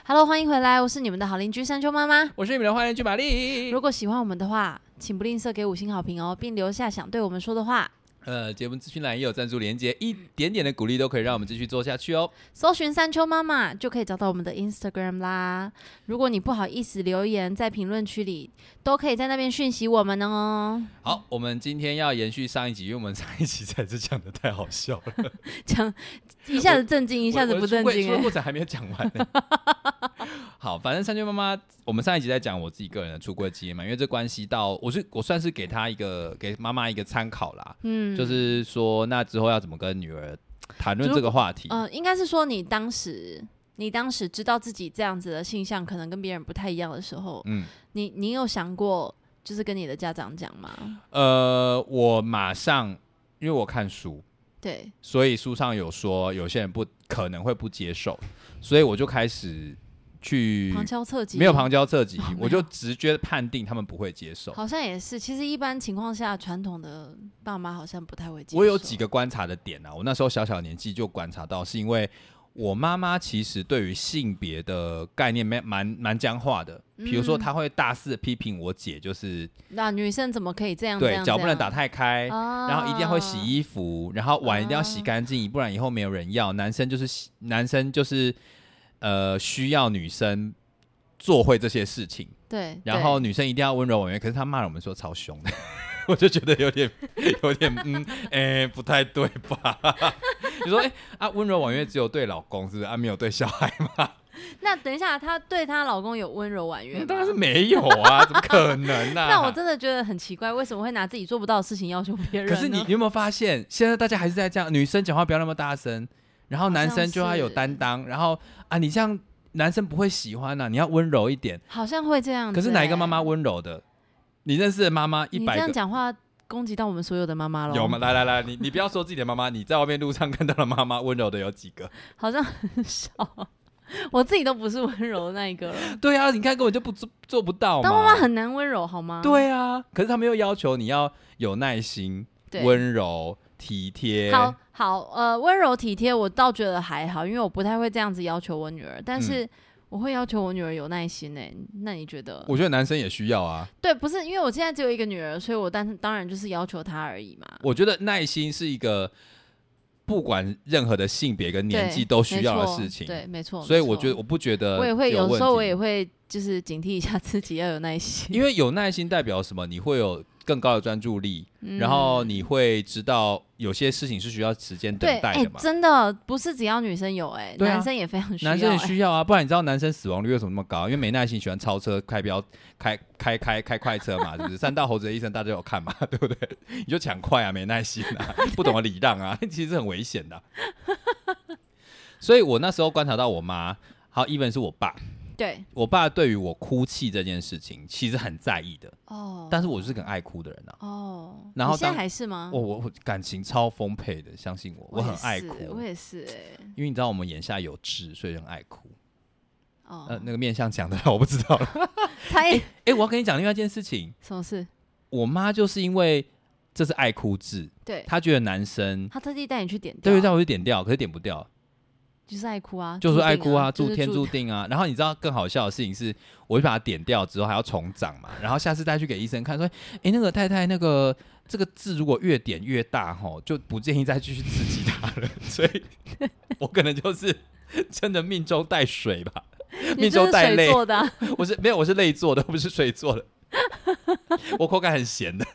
Hello， 欢迎回来，我是你们的好邻居山丘妈妈， 我是你们的坏邻居玛丽。 如果喜欢我们的话，请不吝啬给5星好评哦，并留下想对我们说的话。 节目资讯栏也有赞助连结，一点点的鼓励都可以让我们继续做下去哦。 搜寻山丘妈妈就可以找到我们的 Instagram 啦。如果你不好意思留言在评论区里，都可以在那边讯息我们哦。 好，我们今天要延续上一集，因为我们上一集才是讲的太好笑了， 讲一下子震惊，一下子不震惊。 出柜还没有讲完呢。好，反正山丘妈妈，我们上一集在讲我自己个人的出柜经验嘛，因为这关系到我算是给妈妈一个参考啦，就是说那之后要怎么跟女儿谈论这个话题。 应该是说你当时知道自己这样子的性向可能跟别人不太一样的时候，你有想过就是跟你的家长讲吗？ 我马上，因为我看书， 对， 所以书上有说有些人可能会不接受，所以我就开始去旁敲侧击， 没有旁敲侧击，我就直觉判定他们不会接受。 好像也是，其实一般情况下，传统的爸妈好像不太会接受。 我有几个观察的点啊，我那时候小年纪就观察到，是因为我妈妈其实对于性别的概念蛮僵化的，比如说她会大肆的批评我姐，就是那女生怎么可以这样？ 对，脚不能打太开，然后一定要会洗衣服，然后碗一定要洗干净，不然以后没有人要。男生就是需要女生做会这些事情， 对， 然后女生一定要温柔婉约，可是她骂我们说超凶的，我就觉得有点不太对吧？你说温柔婉约只有对老公是不是没有对小孩吗？ 那等一下，她对她老公有温柔婉约吗？ 当然是没有啊，怎么可能啊？ 那我真的觉得很奇怪，为什么会拿自己做不到的事情要求别人呢？ 可是你有没有发现，现在大家还是在这样，女生讲话不要那么大声，然后男生就要有担当，然后你这样男生不会喜欢啊，你要温柔一点， 好像会这样子。 可是哪一个妈妈温柔的？你认识的妈妈100个， 你这样讲话攻击到我们所有的妈妈了。 有吗？来，你不要说自己的妈妈，你在外面路上看到的妈妈温柔的有几个？ 好像很少，我自己都不是温柔的那一个了。 对啊，你看根本就做不到嘛。 当妈妈很难温柔好吗？ 对啊，可是他们又要求你要有耐心、温柔、体贴。 好，温柔体贴我倒觉得还好，因为我不太会这样子要求我女儿，但是我会要求我女儿有耐心欸。那你觉得？ 我觉得男生也需要啊。 对，不是因为我现在只有一个女儿，所以我当然就是要求她而已嘛。 我觉得耐心是一个不管任何的性别跟年纪都需要的事情。 对，没错。 所以我不觉得我也会有时候我也会就是警惕一下自己要有耐心， 因为有耐心代表什么？你会有更高的专注力，然后你会知道有些事情是需要时间等待的嘛。 真的不是只要女生有男生也非常需要。 男生也需要啊，不然你知道男生死亡率为什么那么高？因为没耐心，喜欢超车、开快车嘛，是不是？三道猴子的一生大家有看嘛，对不对？你就抢快啊，没耐心啊，不懂得礼让啊，其实很危险的所以我那时候观察到我妈，好 even 是我爸。 对， 我爸对于我哭泣这件事情其实很在意的但是我是个爱哭的人然后你现在还是吗？ 我感情超丰沛的，相信我很爱哭。 我也是因为你知道我们眼下有痣，所以很爱哭。那个面相讲的我不知道了我要跟你讲另外一件事情。 什么事？我妈就是因为这是爱哭痣， 对， 她觉得男生， 她特地带你去点掉， 对，带我去点掉，可是点不掉。 就是爱哭啊， 就是爱哭啊，天注定啊。然后你知道更好笑的事情是，我会把它点掉之后还要重长嘛，然后下次带去给医生看，说，那个太太，这个痣如果越点越大就不建议再继续刺激它了。所以我可能就是真的命中带水吧，命中带泪。 做的啊、 我是泪做的，不是水做的。我口感很咸的。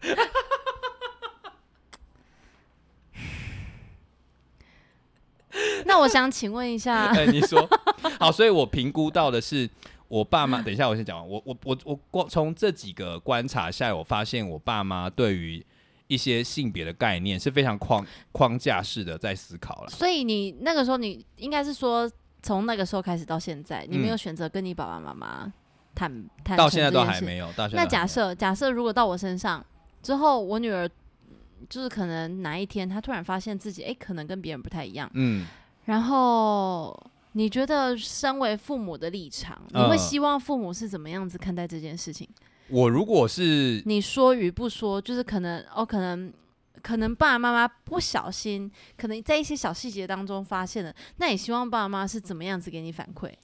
那我想请问一下你说好，所以我评估到的是我爸妈，等一下我先讲完。我从这几个观察下来，我发现我爸妈对于一些性别的概念是非常框架式的在思考了。 所以你那个时候，你应该是说从那个时候开始到现在，你没有选择跟你爸爸妈妈谈到现在都还没有。 那假设如果到我身上之后，我女儿就是可能哪一天她突然发现自己可能跟别人不太一样，然后你觉得身为父母的立场，你会希望父母是怎么样子看待这件事情？ 我如果是你说与不说，就是可能爸爸妈妈不小心，可能在一些小细节当中发现了，那你希望爸爸妈妈是怎么样子给你反馈？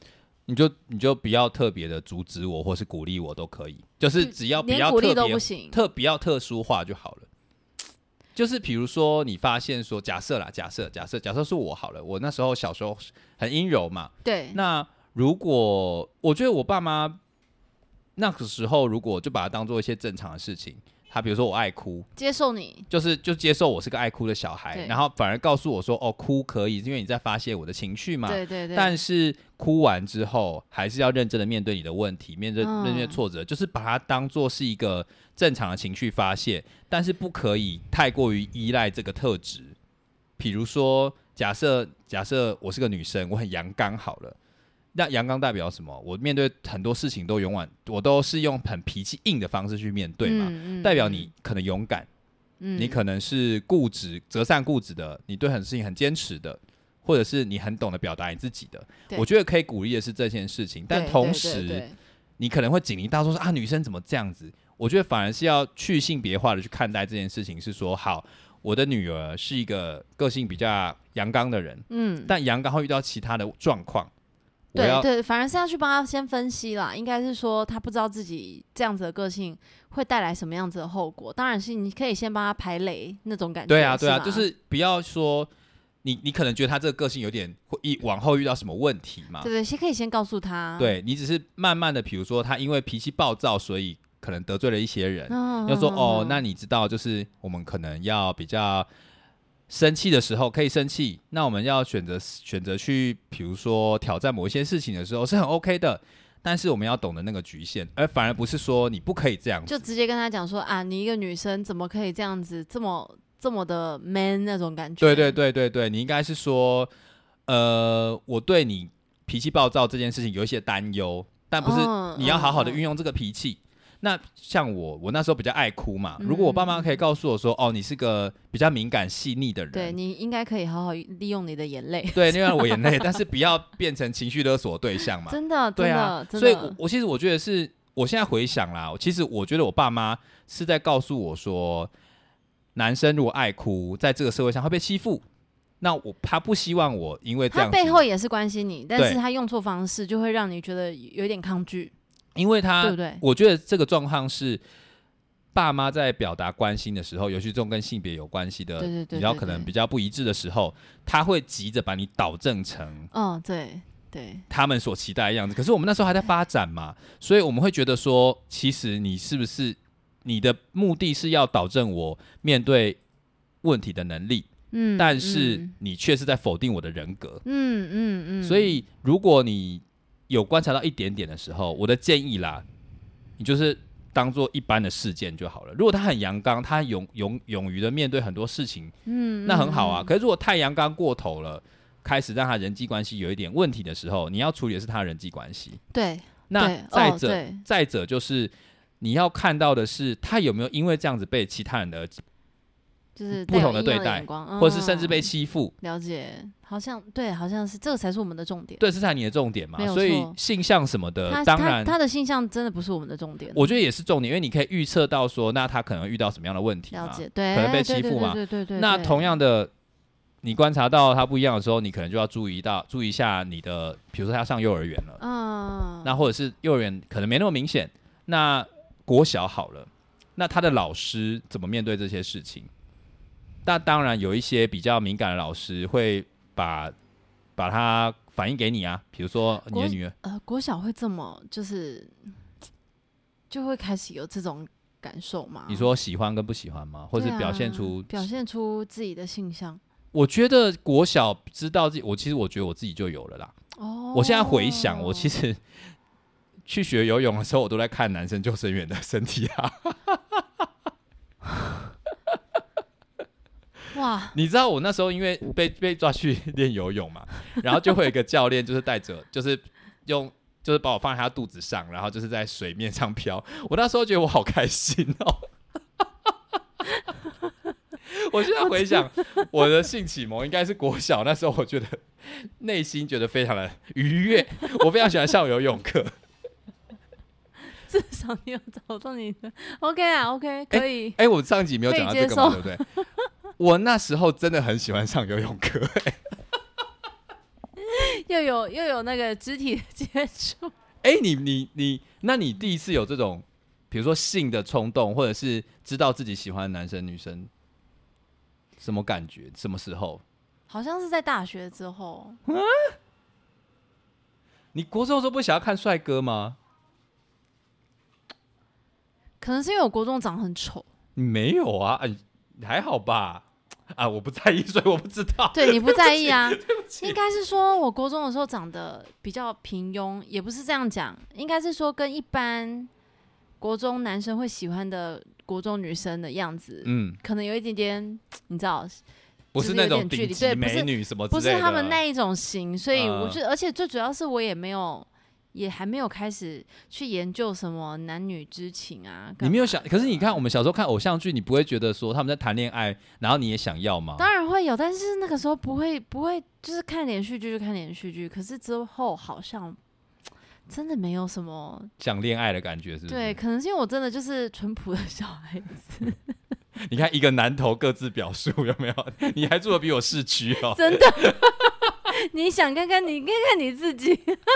你就不要特别的阻止我或是鼓励我都可以，就是只要不要不要特殊化就好了。就是比如说你发现说假设是我好了，我那时候小时候很阴柔嘛， 对， 那如果我觉得我爸妈那个时候如果就把它当做一些正常的事情，他比如说我爱哭， 接受你， 就接受我是个爱哭的小孩，然后反而告诉我说哦，哭可以，因为你在发泄我的情绪嘛。 对对对。 但是哭完之后，还是要认真的面对你的问题，面对挫折，就是把它当做是一个正常的情绪发泄，但是不可以太过于依赖这个特质。比如说，假设我是个女生，我很阳刚好了。那阳刚代表什么？我面对很多事情我都是用很脾气硬的方式去面对嘛，代表你可能勇敢，你可能是固执、择善固执的，你对很多事情很坚持的，或者是你很懂得表达你自己的。我觉得可以鼓励的是这件事情，但同时你可能会警铃大作说啊，女生怎么这样子？我觉得反而是要去性别化的去看待这件事情，是说好，我的女儿是一个个性比较阳刚的人，但阳刚会遇到其他的状况。 对，反而是要去帮他先分析啦。应该是说他不知道自己这样子的个性会带来什么样子的后果。当然是你可以先帮他排雷那种感觉。 对啊，就是不要说你可能觉得他这个个性有点会往后遇到什么问题嘛。 对，可以先告诉他。 对，你只是慢慢的，比如说他因为脾气暴躁，所以可能得罪了一些人。要说哦，那你知道，就是我们可能要比较。生气的时候可以生气，那我们要选择去，比如说挑战某一些事情的时候是很 OK 的，但是我们要懂得那个局限，而反而不是说你不可以这样子， 就直接跟他讲说啊，你一个女生怎么可以这样子，这么的 man 那种感觉。 对，你应该是说，我对你脾气暴躁这件事情有一些担忧，但不是你要好好的运用这个脾气。那像我那时候比较爱哭嘛，如果我爸妈可以告诉我说，哦，你是个比较敏感细腻的人， 对，你应该可以好好利用你的眼泪， 对，利用我眼泪，但是不要变成情绪勒索对象嘛。 真的， 对啊，所以我其实我觉得是，我现在回想啦，其实我觉得我爸妈是在告诉我说，男生如果爱哭，在这个社会上会被欺负。那他不希望我因为这样子， 他背后也是关心你，但是他用错方式，就会让你觉得有点抗拒。 因为他， 对不对？ 我觉得这个状况是爸妈在表达关心的时候，尤其这种跟性别有关系的， 对， 比较可能比较不一致的时候，他会急着把你导正成， 对， 他们所期待的样子。可是我们那时候还在发展嘛，所以我们会觉得说，其实你是不是你的目的是要导正我面对问题的能力，但是你却是在否定我的人格，所以如果你有观察到一点点的时候，我的建议啦，你就是当做一般的事件就好了。如果他很阳刚，他勇于的面对很多事情，那很好啊。可是如果太阳刚过头了，开始让他人际关系有一点问题的时候，你要处理的是他的人际关系。 对， 那再者就是你要看到的是他有没有因为这样子被其他人的就是不同的对待，或者是甚至被欺负。 了解，好像是这个才是我们的重点。 对，这才是你的重点嘛。所以性向什么的，当然他的性向真的不是我们的重点。 我觉得也是重点，因为你可以预测到说，那他可能遇到什么样的问题嘛， 了解，对， 可能被欺负嘛。 对。 那同样的，你观察到他不一样的时候，你可能就要注意一下你的，比如说他上幼儿园了，那或者是幼儿园可能没那么明显，那国小好了，那他的老师怎么面对这些事情？那当然有一些比较敏感的老师会把它反映给你啊，比如说你的女儿， 国小会这么就会开始有这种感受吗？ 你说喜欢跟不喜欢吗？或者表现出自己的性向？ 我觉得国小知道自己，其实我觉得我自己就有了啦。我现在回想，我其实去学游泳的时候，我都在看男生救生员的身体啊。 哇！ 你知道我那时候因为被抓去练游泳嘛，然后就会有一个教练就是带着，就是把我放在他肚子上，然后就是在水面上飘。我那时候觉得我好开心哦。我现在回想我的性启蒙应该是国小那时候，我觉得内心觉得非常的愉悦，我非常喜欢上游泳课。 至少你有找到你的 OK 啊 OK 可以。 我上集没有讲到这个嘛，对不对？我那时候真的很喜欢上游泳课。 又有那个肢体的接触。 那你第一次有这种，比如说性的冲动，或者是知道自己喜欢的男生女生，什么感觉？什么时候？ 好像是在大学之后。 你国中的时候不想要看帅哥吗？ 可能是因为我国中长很丑。 你没有啊？还好吧？啊，我不在意，所以我不知道。 对，你不在意啊？应该是说我国中的时候长得比较平庸，也不是这样讲，应该是说跟一般国中男生会喜欢的国中女生的样子，可能有一点点，你知道， 不是那种顶级美女什么之类的， 不是他们那一种型，所以我觉得，而且最主要是我也还没有开始去研究什么男女之情啊。 你没有想，可是你看我们小时候看偶像剧，你不会觉得说他们在谈恋爱，然后你也想要吗？ 当然会有，但是那个时候不会，就是看连续剧就看连续剧。可是之后好像真的没有什么想恋爱的感觉，是不是？ 对，可能是因为我真的就是淳朴的小孩子。 你看一个南投各自表述，有没有？你还住的比我市区哦， 真的。你想看看你自己。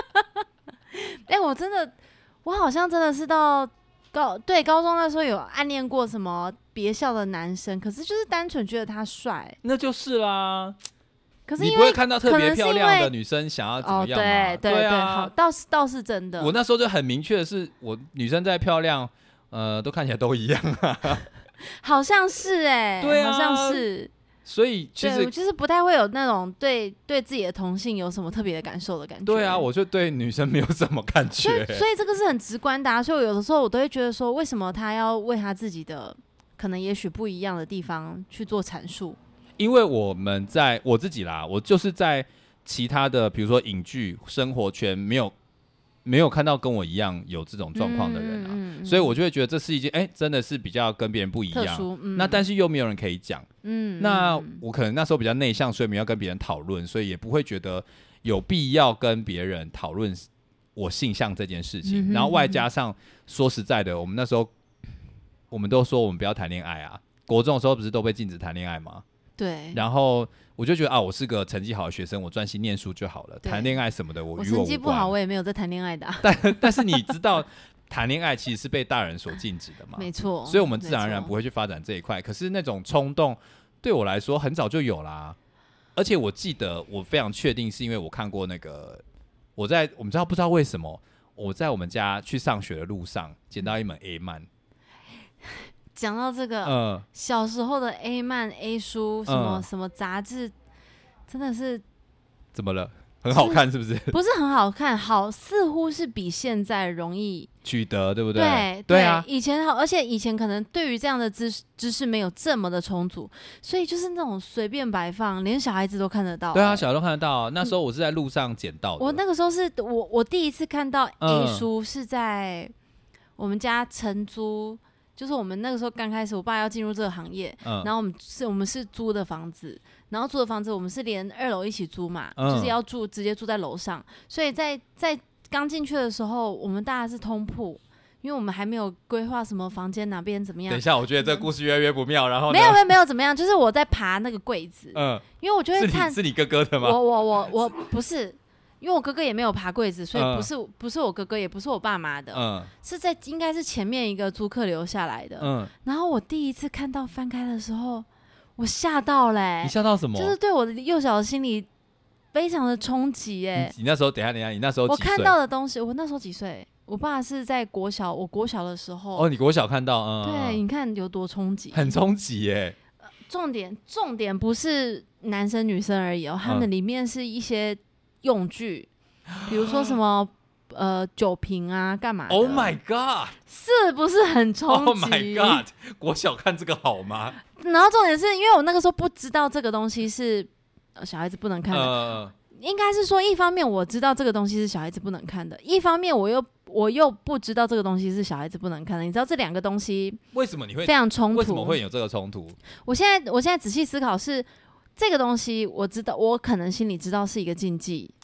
我好像真的是到高中那时候有暗恋过什么别校的男生，可是就是单纯觉得他帅， 那就是啦。 可是你不会看到特别漂亮的女生想要怎么样吗？ 对，好，倒是真的。 我那时候就很明确的是，我女生再漂亮，都看起来都一样啊。 好像是对啊，好像是。 所以其实就是不太会有那种对自己的同性有什么特别的感受的感觉。 对啊，我就对女生没有什么感觉。 所以这个是很直观的啊。所以有的时候我都会觉得说，为什么他要为他自己的可能也许不一样的地方去做阐述？ 因为我自己啦，我就是在其他的比如说影剧生活圈没有看到跟我一样有这种状况的人啊，所以我就会觉得这是一件真的是比较跟别人不一样，特殊，那但是又没有人可以讲，那我可能那时候比较内向，所以没有跟别人讨论，所以也不会觉得有必要跟别人讨论我性向这件事情，然后外加上说实在的，我们那时候我们都说我们不要谈恋爱啊，国中的时候不是都被禁止谈恋爱吗？ 对， 然后我就觉得我是个成绩好的学生，我专心念书就好了，谈恋爱什么的我与我无关。 我成绩不好，我也没有在谈恋爱的啊。 但是你知道，谈恋爱其实是被大人所禁止的嘛？ 没错， 所以我们自然而然不会去发展这一块。可是那种冲动对我来说很早就有啦，而且我记得我非常确定，是因为我看过那个我们不知道为什么我在我们家去上学的路上捡到一本 A 漫。 讲到这个，小时候的 A 漫 A 书什么杂志，真的是怎么了？很好看是不是？ 不是很好看，似乎是比现在容易取得，对不对？ 对啊， 以前好，而且以前可能对于这样的知识没有这么的充足，所以就是那种随便摆放，连小孩子都看得到。 对啊，小孩都看得到。那时候我是在路上捡到的。 我那个时候是我第一次看到 A 书是在我们家承租。就是我们那个时候刚开始，我爸要进入这个行业，然后我们是租的房子，然后租的房子我们是连2楼一起租嘛，就是要直接住在楼上，所以在刚进去的时候，我们大家是通铺，因为我们还没有规划什么房间哪边怎么样。 等一下，我觉得这个故事越来越不妙，然后没有怎么样，就是我在爬那个柜子，因为我就会看是你哥哥的吗？ 我不是。因为我哥哥也没有爬柜子，所以不是我哥哥，也不是我爸妈的，是在应该是前面一个租客留下来的。然后我第一次看到翻开的时候，我吓到嘞！ 你吓到什么？ 就是对我的幼小的心理非常的冲击你那时候等一下，你那时候几岁？ 我看到的东西，我那时候几岁？我爸是在国小，我国小的时候。 你国小看到， 对，你看有多冲击， 很冲击耶。 重点不是男生女生而已他们里面是一些。用具，比如说什么酒瓶啊，干嘛的 ？Oh my god！ 是不是很冲击 ？Oh my god！ 国小看这个好吗？ 然后重点是因为我那个时候不知道这个东西是小孩子不能看的，应该是说一方面我知道这个东西是小孩子不能看的，一方面我又不知道这个东西是小孩子不能看的。你知道这两个东西为什么你会非常冲突？ 为什么会有这个冲突？ 我现在仔细思考是。这个东西我知道，我可能心里知道是一个禁忌，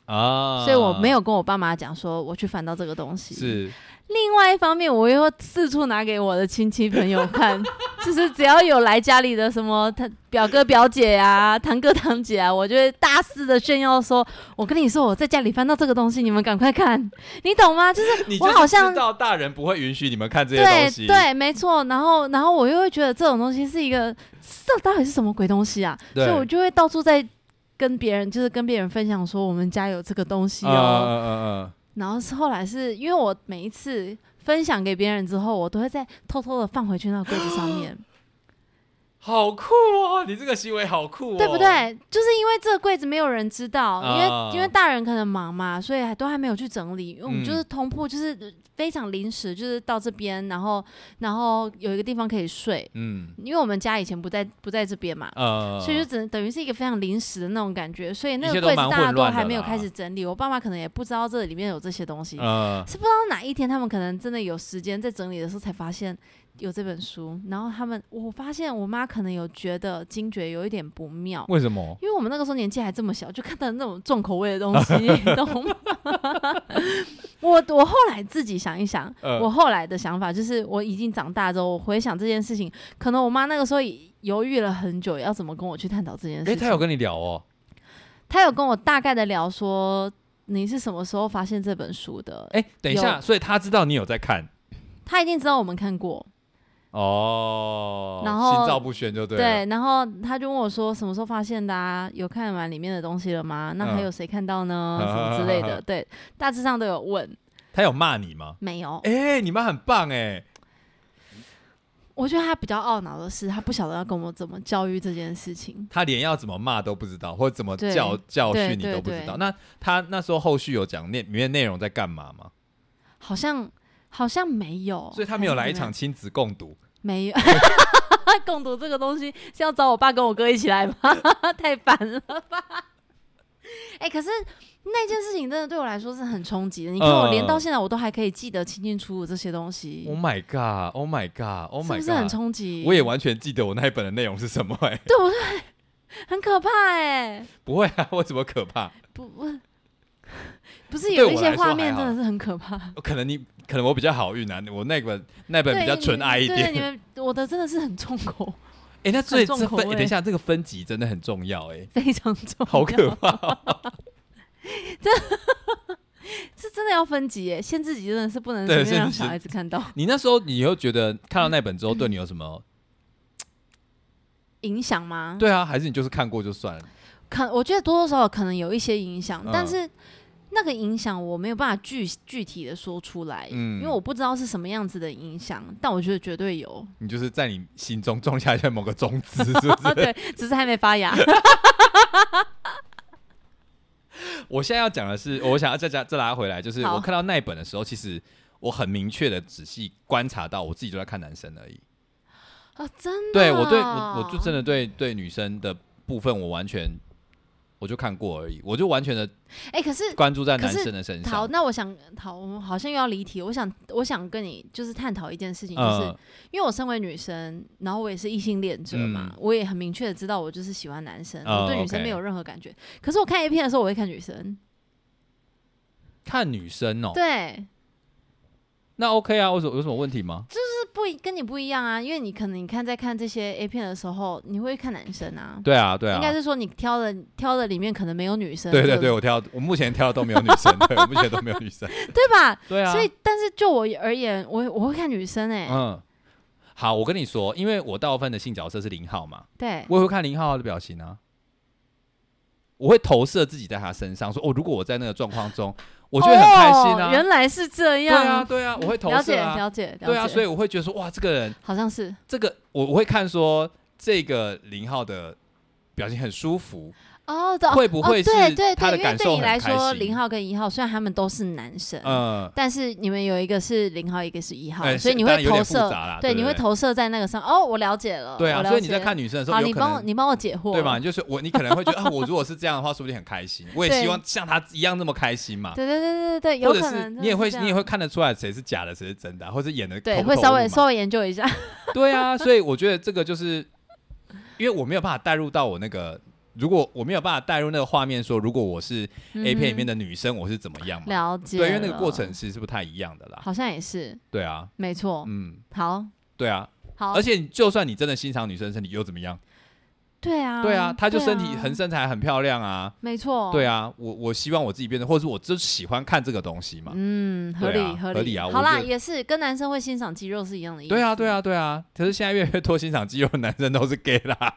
啊， 所以我没有跟我爸妈讲说我去翻到这个东西。 是。 另外一方面，我又四处拿给我的亲戚朋友看，就是只要有来家里的什么他表哥表姐啊、堂哥堂姐啊，我就会大肆的炫耀说：“我跟你说，我在家里翻到这个东西，你们赶快看，你懂吗？”就是我好像知道大人不会允许你们看这些东西， 对，没错。然后我又会觉得这种东西是一个，这到底是什么鬼东西啊？所以我就会到处在跟别人分享说，我们家有这个东西哦。然后后来是因为我每一次分享给别人之后，我都会再偷偷的放回去那个柜子上面。 好酷哦！你这个行为好酷哦， 对不对？就是因为这个柜子没有人知道，因为大人可能忙嘛，所以都还没有去整理。因为我们就是通铺，就是非常临时，就是到这边，然后有一个地方可以睡。因为我们家以前不在这边嘛，所以就等于是一个非常临时的那种感觉。所以那个柜子大家都还没有开始整理，我爸妈可能也不知道这里面有这些东西，是不知道哪一天他们可能真的有时间在整理的时候才发现有这本书，然后我发现我妈可能有惊觉有一点不妙。 为什么？ 因为我们那个时候年纪还这么小，就看到那种重口味的东西，你懂吗？我后来自己想一想，我后来的想法就是，我已经长大之后，我回想这件事情，可能我妈那个时候犹豫了很久，要怎么跟我去探讨这件事情。 她有跟你聊哦？ 她有跟我大概的聊说，你是什么时候发现这本书的？ 等一下，所以她知道你有在看， 她一定知道我们看过。 然后心照不宣就对了。 对，然后他就问我说什么时候发现的啊？有看完里面的东西了吗？那还有谁看到呢？什么之类的。对，大致上都有问。 他有骂你吗？ 没有。 你妈很棒我觉得他比较懊恼的是，他不晓得要跟我怎么教育这件事情。 他连要怎么骂都不知道，或者怎么教训你都不知道。那他那时候后续有讲里面内容在干嘛吗？ 好像没有， 所以他没有来一场亲子共读。 没有，共读这个东西是要找我爸跟我哥一起来吗？太烦了吧！可是那件事情真的对我来说是很冲击的。你看我连到现在我都还可以记得清清楚楚这些东西。 Oh my god! Oh my god! Oh my god! 是不是很冲击？ 我也完全记得我那一本的内容是什么对不对？很可怕不会啊，为什么可怕？ 不是有一些画面真的是很可怕。 可能我比较好运啊，我那本比较纯爱一点。 对，我的真的是很重口。 那所以等一下，这个分级真的很重要非常重要， 好可怕这真的要分级限制级真的是不能随便让小孩子看到。 你那时候你又觉得看到那本之后对你有什么影响吗？ 对啊，还是你就是看过就算了？ 我觉得多多少少可能有一些影响，但是那个影响我没有办法具体的说出来，因为我不知道是什么样子的影响，但我觉得绝对有。你就是在你心中种下某个种子，是不是？ 对，只是还没发芽。 我现在要讲的是，我想要再拉回来，就是我看到那一本的时候，其实我很明确的仔细观察到，我自己就在看男生而已。 真的？ 对，我就真的对女生的部分，我就看过而已，我就完全的可是关注在男生的身上。 好，那我们好像又要离题。我想跟你就是探讨一件事情，就是因为我身为女生，然后我也是异性恋者嘛，我也很明确的知道我就是喜欢男生，我对女生没有任何感觉。可是我看 A 片的时候，我会看女生。 看女生哦？ 对。 那 OK 啊，有什么问题吗？ 就是跟你不一样啊，因为你可能在看这些 A 片的时候，你会看男生啊。 对啊， 应该是说你挑的里面可能没有女生。 对，我目前挑的都没有女生，对，我目前都没有女生， 对吧？ 对啊。 所以，但是就我而言，我会看女生好，我跟你说，因为我大部分的性角色是0号嘛， 对， 我也会看0号的表情啊，我会投射自己在他身上，说如果我在那个状况中。我觉得很开心啊！ 原来是这样。 对啊，我会投射啊， 了解。 对啊，所以我会觉得说，哇，这个人好像是这个，我会看说这个0号的表情很舒服。会不会是他的感受很开心？因为对你来说 ，0号跟1号虽然他们都是男生，但是你们有一个是0号，一个是1号，所以你会投射，对，你会投射在那个上。我了解了。 对啊，所以你在看女生的时候， 好，你帮我解惑， 对吧？就是你可能会觉得我如果是这样的话，说不定很开心。我也希望像他一样那么开心嘛。 对，有可能你也会看得出来谁是假的，谁是真的，或者演的对，会稍微研究一下。 对啊，所以我觉得这个就是因为我没有办法带入到我那个如果我没有办法带入那个画面，说如果我是 A 片里面的女生，我是怎么样嘛？ 了解， 对，因为那个过程其实是不太一样的啦。 好像也是， 对啊， 没错，好， 对啊， 好， 而且就算你真的欣赏女生身体又怎么样？ 对啊， 对啊，她就身材很漂亮啊， 没错， 对啊，我希望我自己变成，或者是我就喜欢看这个东西嘛， 合理啊， 好啦，也是跟男生会欣赏肌肉是一样的意思， 对啊，可是现在越来越多欣赏肌肉的男生都是 gay 啦，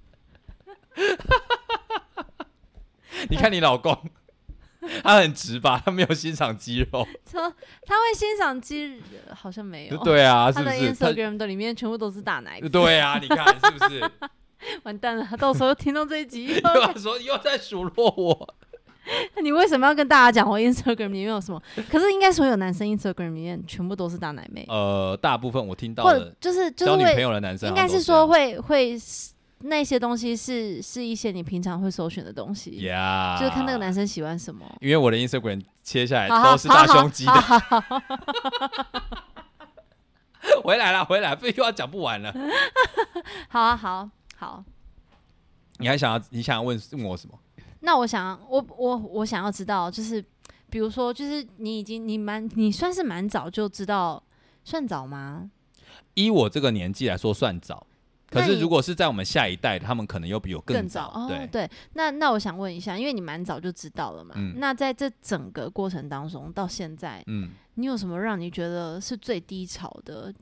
你看你老公。他很直吧，他没有欣赏肌肉。 他会欣赏肌，好像没有。 对啊，是不是？ 他的 Instagram 的里面全部都是大奶子。 对啊，你看是不是？ 完蛋了，他到时候听到这一集又在数落我。 你为什么要跟大家讲我 Instagram 里面有什么？可是应该所有男生 Instagram 里面全部都是大奶妹。 大部分我听到的， 就是交女朋友的男生， 应该是说会。那些东西是一些你平常会搜寻的东西，就是看那个男生喜欢什么。 因为我的 Instagram 切下来都是大胸肌的。回来了，不又要讲不完了。 好。 你想要问我什么？ 那我想要知道，就是比如说，就是你算是蛮早就知道，算早吗？ 依我这个年纪来说，算早。可是如果是在我们下一代，他们可能又比我更早。 对。那我想问一下，因为你蛮早就知道了嘛，那在这整个过程当中到现在，你有什么让你觉得是最低潮的？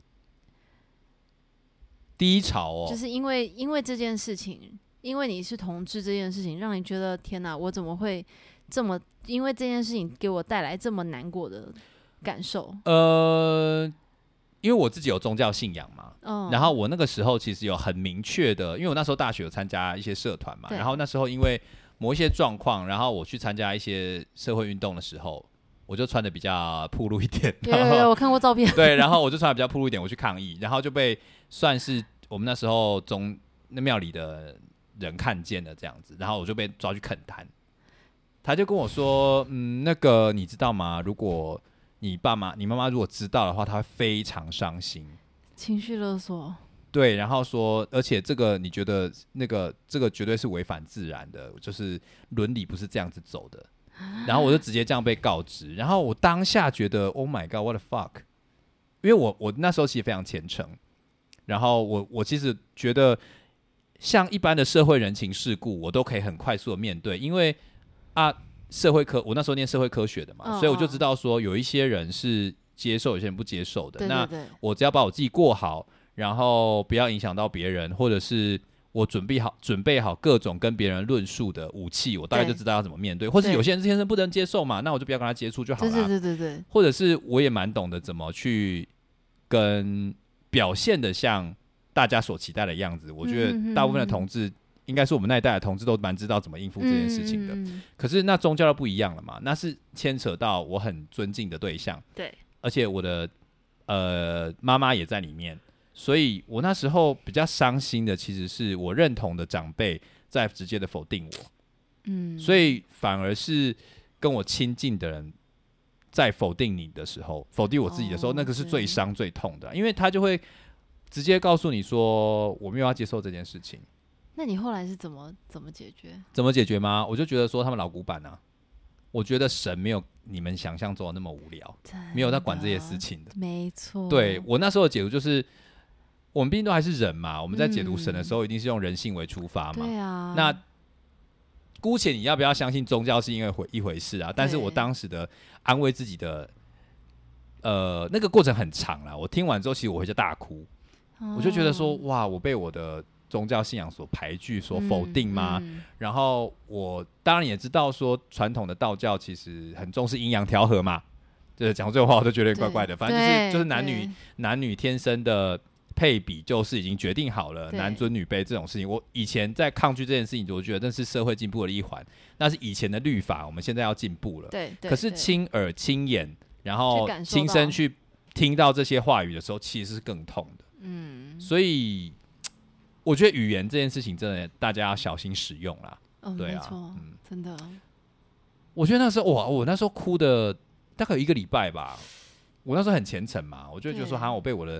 低潮哦， 就是因为这件事情，因为你是同志这件事情，让你觉得天哪，我怎么会这么因为这件事情给我带来这么难过的感受？ 因为我自己有宗教信仰嘛，然后我那个时候其实有很明确的，因为我那时候大学有参加一些社团嘛，然后那时候因为某一些状况，然后我去参加一些社会运动的时候，我就穿的比较暴露一点。 对，我看过照片。 对，然后我就穿的比较暴露一点，我去抗议，然后就被算是我们那时候那庙里的人看见了这样子，然后我就被抓去恳谈。他就跟我说，那个你知道吗？如果你妈妈如果知道的话，她会非常伤心， 情绪勒索。 对，然后说，而且这个你觉得这个绝对是违反自然的，就是伦理不是这样子走的。然后我就直接这样被告知，然后我当下觉得 Oh my God, what the fuck？ 因为我那时候其实非常虔诚，然后我其实觉得像一般的社会人情世故，我都可以很快速的面对，因为我那时候念社会科学的嘛，所以我就知道说有一些人是接受，有些人不接受的。 对， 那我只要把我自己过好，然后不要影响到别人，或者是我准备好各种跟别人论述的武器，我大概就知道要怎么面对。或是有些人天生不能接受嘛，那我就不要跟他接触就好了。 对。或者是我也蛮懂得怎么去跟表现的像大家所期待的样子。我觉得大部分的同志。应该是我们那一代的同志都蛮知道怎么应付这件事情的，可是那宗教就不一样了嘛，那是牵扯到我很尊敬的对象， 对， 而且我的妈妈也在里面，所以我那时候比较伤心的其实是我认同的长辈在直接的否定我，所以反而是跟我亲近的人在否定你的时候，否定我自己的时候，那个是最伤最痛的，因为他就会直接告诉你说我没有要接受这件事情。 那你后来是怎么解决？ 怎么解决吗？我就觉得说他们老古板啊，我觉得神没有你们想象中的那么无聊，没有在管这些事情的。 没错。 对，我那时候的解读就是，我们毕竟都还是人嘛，我们在解读神的时候，一定是用人性为出发嘛。 对啊。 那姑且你要不要相信宗教是因为一回事啊？但是我当时的安慰自己的，那个过程很长啦。我听完之后，其实我回家大哭，我就觉得说，哇，我被我的宗教信仰所排拒、所否定吗？然后我当然也知道说，传统的道教其实很重视阴阳调和嘛。就是讲这种话，我都觉得怪怪的。反正就是男女天生的配比就是已经决定好了，男尊女卑这种事情。我以前在抗拒这件事情，我觉得那是社会进步的一环，那是以前的律法，我们现在要进步了。 对。 可是亲耳亲眼，然后亲身去听到这些话语的时候，其实是更痛的。所以。我觉得语言这件事情真的大家要小心使用啦。对啊， 没错，真的。 我觉得那时候我那时候哭的大概有1个礼拜吧。我那时候很虔诚嘛，我就觉得说，好像我被我的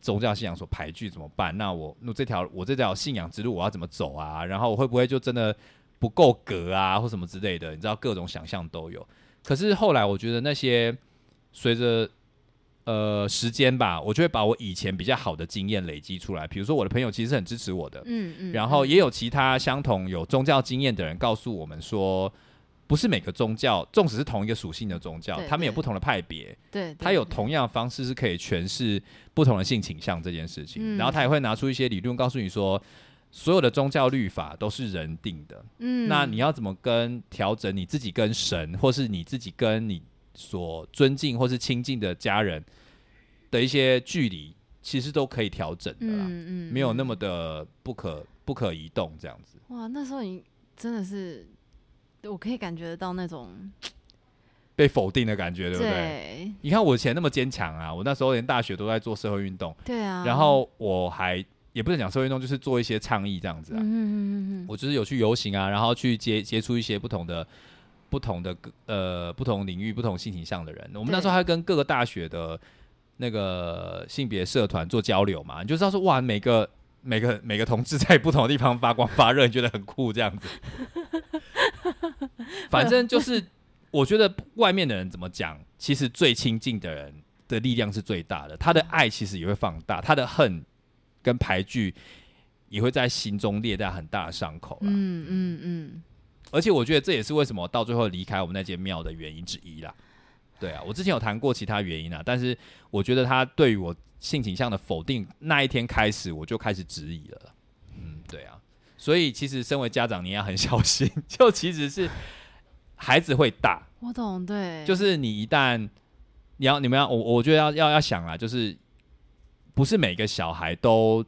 宗教信仰所排拒怎么办？那我这条信仰之路我要怎么走啊？然后我会不会就真的不够格啊，或什么之类的？你知道各种想象都有。可是后来我觉得那些随着时间吧，我就会把我以前比较好的经验累积出来。比如说我的朋友其实很支持我的，然后也有其他相同有宗教经验的人告诉我们说，不是每个宗教，纵使是同一个属性的宗教，他们有不同的派别， 对， 他有同样的方式是可以诠释不同的性倾向这件事情。然后他也会拿出一些理论告诉你说，所有的宗教律法都是人定的，那你要怎么调整你自己跟神，或是你自己跟你所尊敬或是亲近的家人的一些距离，其实都可以调整的啦，没有那么的不可移动这样子。 哇，那时候你真的是，我可以感觉得到那种被否定的感觉，对不对？ 对， 你看我以前那么坚强啊，我那时候连大学都在做社会运动， 对啊， 然后我还也不能讲社会运动，就是做一些倡议这样子啊。我就是有去游行啊，然后去接触一些不同领域、不同性倾向的人。我们那时候还跟各个大学的那个性别社团做交流嘛，你就知道说哇，每个同志在不同的地方发光发热，你觉得很酷这样子。反正就是我觉得外面的人怎么讲，其实最亲近的人的力量是最大的，他的爱其实也会放大，他的恨跟排拒也会在心中列下很大的伤口啦。而且我觉得这也是为什么到最后离开我们那间庙的原因之一啦。对啊，我之前有谈过其他原因啊，但是我觉得他对于我性倾向的否定，那一天开始我就开始质疑了。对啊，所以其实身为家长你要很小心，就其实是孩子会大， 我懂，对， 就是你一旦你们要我觉得要想啦，就是不是每个小孩都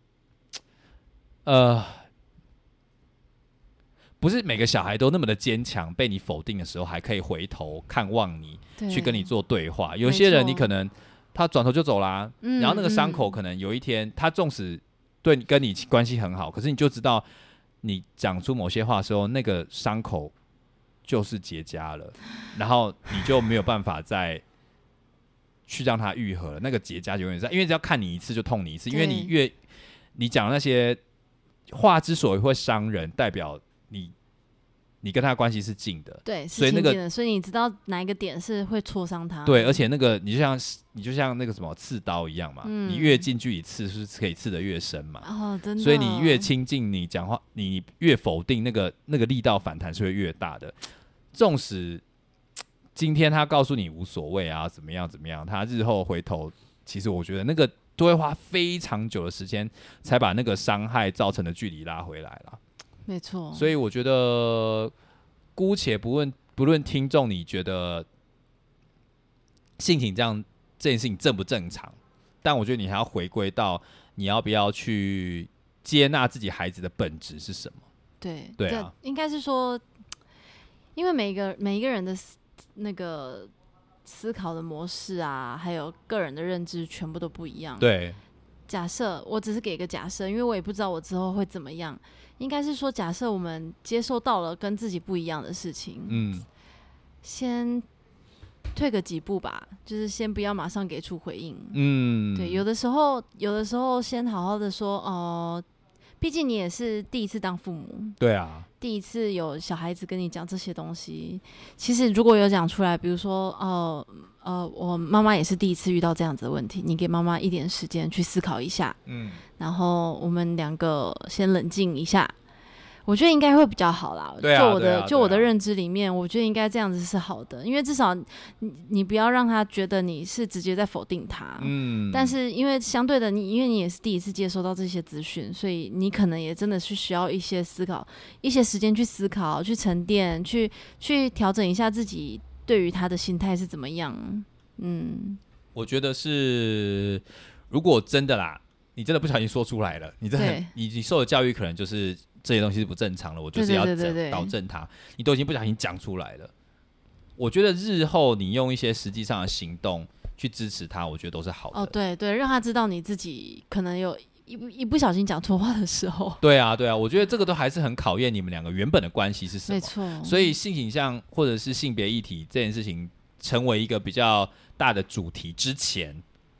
不是每个小孩都那么的坚强，被你否定的时候还可以回头看望你，去跟你做对话。有些人你可能他转头就走啦，然后那个伤口可能有一天他纵使跟你关系很好，可是你就知道你讲出某些话的时候，那个伤口就是结痂了，然后你就没有办法再去让它愈合了。那个结痂永远在，因为只要看你一次就痛你一次，因为你讲那些话之所以会伤人，代表你跟他的关系是近的， 对，是亲近的，所以你知道哪一个点是会戳伤他。 对，而且那个你就像那个什么刺刀一样嘛，你越近距离刺是可以刺得越深嘛。 哦，真的。 所以你越亲近，你讲话你越否定，那个力道反弹是会越大的。纵使今天他告诉你无所谓啊，怎么样，他日后回头，其实我觉得那个都会花非常久的时间，才把那个伤害造成的距离拉回来了。 没错， 所以我觉得，姑且不论听众你觉得性倾向这件事情正不正常，但我觉得你还要回归到你要不要去接纳自己孩子的本质是什么。对啊， 应该是说，因为每一个人的那个思考的模式啊，还有个人的认知全部都不一样。 对， 假设我只是给一个假设，因为我也不知道我之后会怎么样。应该是说，假设我们接受到了跟自己不一样的事情，先退个几步吧，就是先不要马上给出回应。对，有的时候先好好的说，毕竟你也是第一次当父母， 对啊， 第一次有小孩子跟你讲这些东西，其实如果有讲出来，比如说，我妈妈也是第一次遇到这样子的问题，你给妈妈一点时间去思考一下，然后我们两个先冷静一下，我觉得应该会比较好啦。 对啊， 就我的认知里面，我觉得应该这样子是好的，因为至少你不要让他觉得你是直接在否定他。但是因为相对的，因为你也是第一次接收到这些资讯，所以你可能也真的是需要一些思考，一些时间去思考、去沉淀、去调整一下自己对于他的心态是怎么样。 我觉得是，如果真的啦，你真的不小心说出来了，你受的教育可能就是这些东西是不正常的，我就是要导正它。你都已经不小心讲出来了，我觉得日后你用一些实际上的行动去支持他，我觉得都是好的。 对，让他知道你自己可能有一不小心讲错话的时候。 对啊，我觉得这个都还是很考验你们两个原本的关系是什么。 没错。 所以性倾向或者是性别议题这件事情成为一个比较大的主题之前，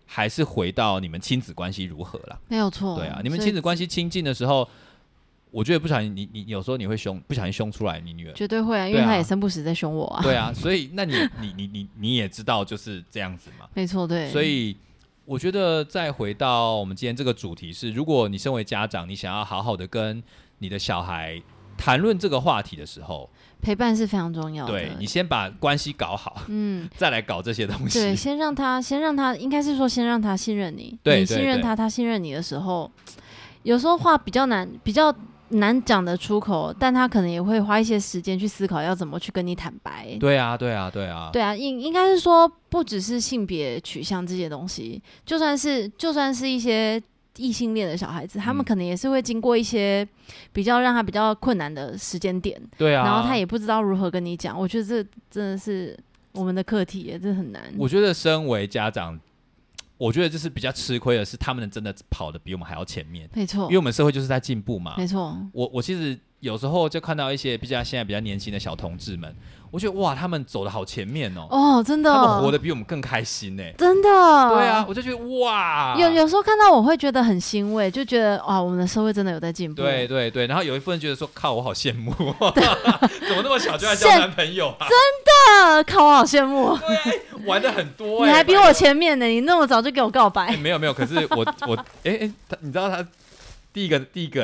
还是回到你们亲子关系如何啦。 没有错。 对啊，你们亲子关系亲近的时候，我觉得不小心你有时候你会不小心凶出来你女儿， 绝对会啊，因为她也生不时在凶我啊。 对啊，所以那你也知道就是这样子嘛。 没错，对。 所以我觉得再回到我们今天这个主题是，如果你身为家长，你想要好好的跟你的小孩谈论这个话题的时候， 陪伴是非常重要的。 对，你先把关系搞好，再来搞这些东西。 对，先让他，应该是说先让他信任你。 对， 你信任他，他信任你的时候，有时候话比较难讲得出口，但他可能也会花一些时间去思考要怎么去跟你坦白。 对啊， 应该是说不只是性别取向这些东西，就算是一些异性恋的小孩子，他们可能也是会经过一些让他比较困难的时间点。 对啊， 然后他也不知道如何跟你讲。我觉得这真的是我们的课题耶，这很难。 我觉得身为家长，我觉得就是比较吃亏的是，他们真的跑得比我们还要前面。 没错， 因为我们社会就是在进步嘛。 没错， 我其实有时候就看到一些现在比较年轻的小同志们，我觉得哇，他们走得好前面哦。 哦，真的， 他们活得比我们更开心呢。 真的。 对啊，我就觉得哇， 有时候看到我会觉得很欣慰，就觉得哇，我们的社会真的有在进步。 对对对，然后有一部分觉得说，靠，我好羡慕，怎么那么小就来交男朋友啊？ 真的，靠，我好羡慕。 对，玩的很多。 你还比我前面呢，你那么早就给我告白。 没有，可是我你知道他第一个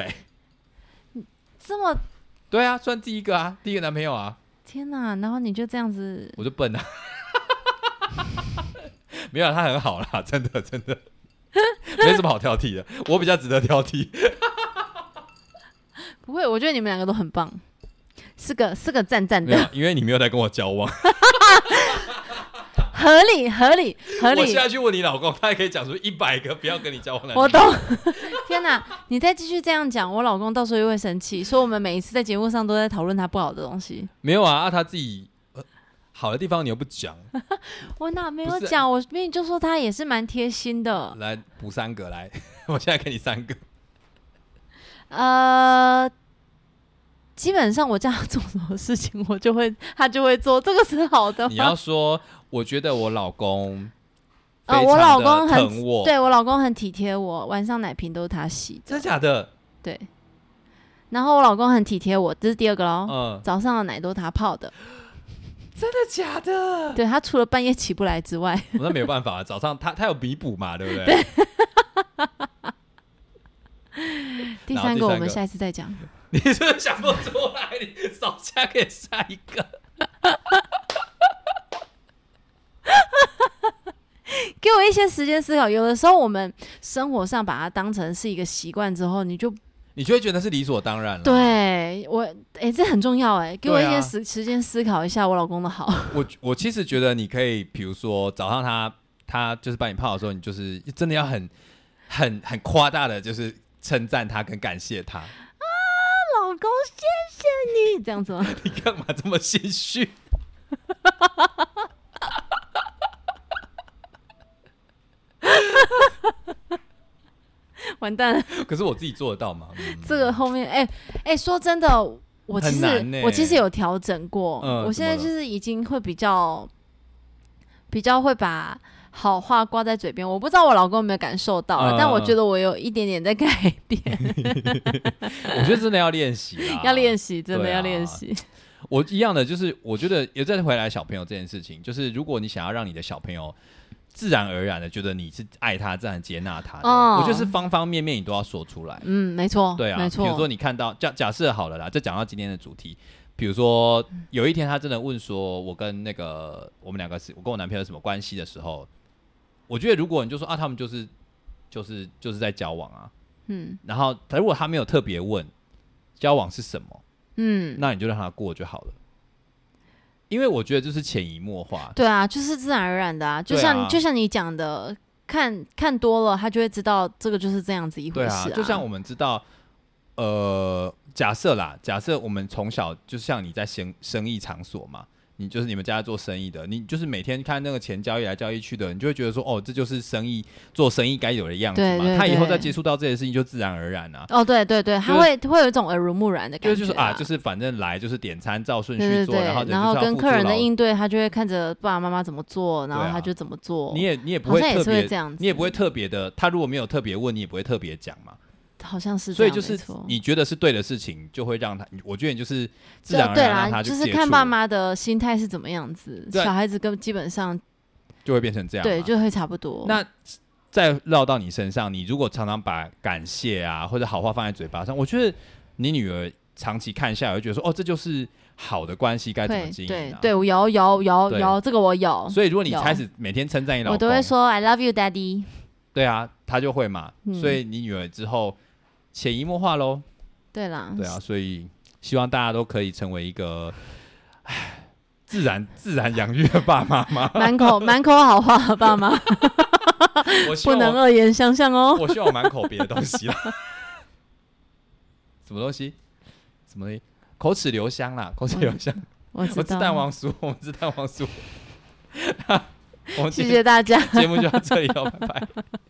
这么。 对啊，算第一个男朋友啊！ 天哪，然后你就这样子， 我就笨啊！没有，他很好啦，真的，没什么好挑剔的，我比较值得挑剔。 不会，我觉得你们两个都很棒，是个赞的。 没有，因为你没有在跟我交往。 合理。我现在去问你老公，他也可以讲出100个不要跟你交往的。 我懂。天哪，你再继续这样讲，我老公到时候又会生气，说我们每一次在节目上都在讨论他不好的东西。 没有啊，他自己好的地方你又不讲。 我哪没有讲？我明明就说他也是蛮贴心的。 来补3个来，我现在给你3个。 基本上我叫他做什么事情，他就会做，这个是好的。 你要说，我觉得我老公我老公很疼我， 对，我老公很体贴我，晚上奶瓶都是他洗的。 真的假的？ 对。然后我老公很体贴我，这是第2个咯。早上的奶都是他泡的。 真的假的？ 对，他除了半夜起不来之外， 那没有办法，早上他有弥补嘛，对不对？对。 第3个我们下一次再讲。 你是不是想不出来？你少加给下一个。 给我一些时间思考。有的时候我们生活上把它当成是一个习惯之后，你就会觉得是理所当然了。 对我，这很重要给我一些时间思考一下我老公的好。 我其实觉得你可以，比如说早上他就是帮你泡的时候，你就是真的要很夸大的，就是称赞他跟感谢他。 老公，谢谢你，这样子吗？ 你干嘛这么心虚？ 完蛋了！ 可是我自己做得到吗？ 这个后面，说真的，我其实有调整过。我现在就是已经会比较会把好话挂在嘴边。我不知道我老公有没有感受到但我觉得我有一点点在改变。 我觉得真的要练习啦， 要练习，真的要练习。 我一样的，就是我觉得也再回来小朋友这件事情，就是如果你想要让你的小朋友自然而然的觉得你是爱他、自然接纳他的，我觉得是方方面面你都要说出来。 没错， 对啊， 没错。 比如说你看到假设好了啦，就讲到今天的主题，比如说有一天他真的问说，我跟我们两个我跟我男朋友有什么关系的时候，我觉得如果你就说他们就是在交往啊，然后如果他没有特别问交往是什么，那你就让他过就好了。因为我觉得就是潜移默化。对啊，就是自然而然的就像你讲的，看多了他就会知道这个就是这样子一回事。就像我们知道假设我们从小就像你在生意场所嘛， 你就是你们家做生意的，你就是每天看那个钱交易来交易去的，你就会觉得说，哦，这就是做生意该有的样子嘛。 对对对， 他以后再接触到这些事情，就自然而然啊。 哦，对对对，他会有一种耳濡目染的感觉， 就是就是反正来就是点餐照顺序做， 对对对，然后跟客人的应对，他就会看着爸爸妈妈怎么做，然后他就怎么做。 你也不会特别这样子， 你也不会特别的，他如果没有特别问，你也不会特别讲嘛。 好像是这样， 所以就是你觉得是对的事情，就会让他，我觉得你就是自然而然让他去接触。 就是看爸妈的心态是怎么样子，小孩子基本上就会变成这样， 对，就会差不多。 那再绕到你身上，你如果常常把感谢啊或者好话放在嘴巴上，我觉得你女儿长期看下来会觉得说，哦，这就是好的关系该怎么经营啊？ 对，我有这个我有。 所以如果你开始每天称赞你老公， 我都会说 I love you, Daddy。 对啊，他就会嘛。所以你女儿之后潜移默化咯。 对啦， 对啊，所以希望大家都可以成为一个自然养育的爸妈嘛， 满口好话的爸妈。不能恶言相向哦。 我希望我满口别的东西啦。什么东西？口齿留香啦，口齿留香。 我知蛋黄酥，我们是蛋黄酥。 谢谢大家， 节目就到这里了，拜拜。